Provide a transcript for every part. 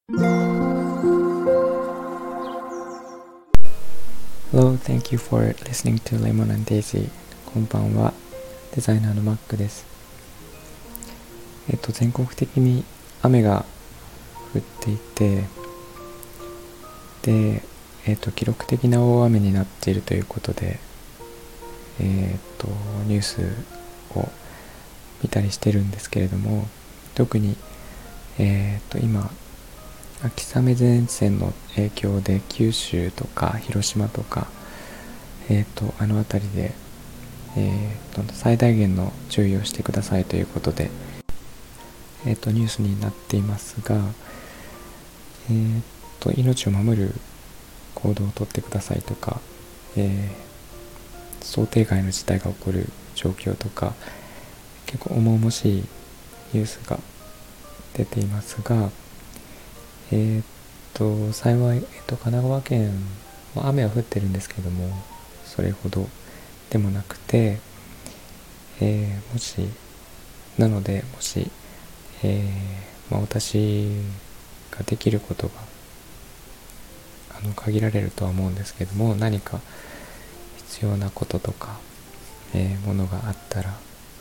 Hello, thank you for listening to Lemon and Daisy. こんばんは、デザイナーのマックです。全国的に雨が降っていて、で、記録的な大雨になっているということで、ニュースを見たりしてるんですけれども、特に、今、秋雨前線の影響で九州とか広島とか、あの辺りで、最大限の注意をしてくださいということで、ニュースになっていますが、命を守る行動をとってくださいとか、想定外の事態が起こる状況とか、結構重々しいニュースが出ていますが、幸い、神奈川県は雨は降ってるんですけども、それほどでもなくて、もし、私ができることが限られるとは思うんですけども、何か必要なこととか、ものがあったら、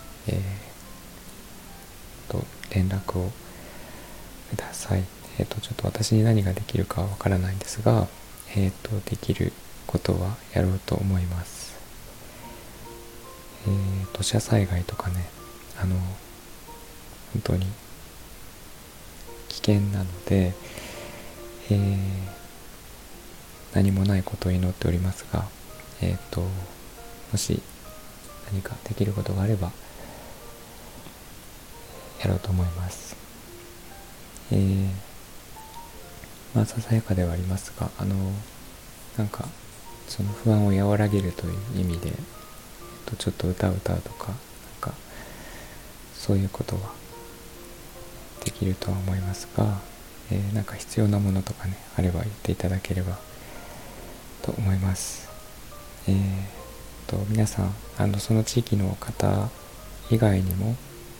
連絡をください。ちょっと私に何ができるかはわからないんですが、できることはやろうと思います。土砂災害とかね、本当に危険なので、何もないことを祈っておりますが、もし何かできることがあればやろうと思います。ささやかではありますが、なんかその不安を和らげるという意味で、ちょっと歌を歌うとか、なんかそういうことはできるとは思いますが、なんか必要なものとかね、あれば言っていただければと思います。皆さん、その地域の方以外にも、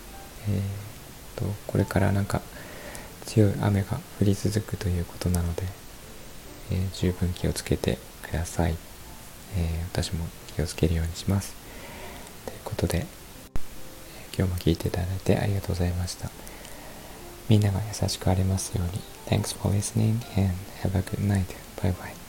これからなんか強い雨が降り続くということなので、十分気をつけてください。私も気をつけるようにします。ということで、今日も聞いていただいてありがとうございました。みんなが優しくありますように。Thanks for listening and have a good night. Bye bye.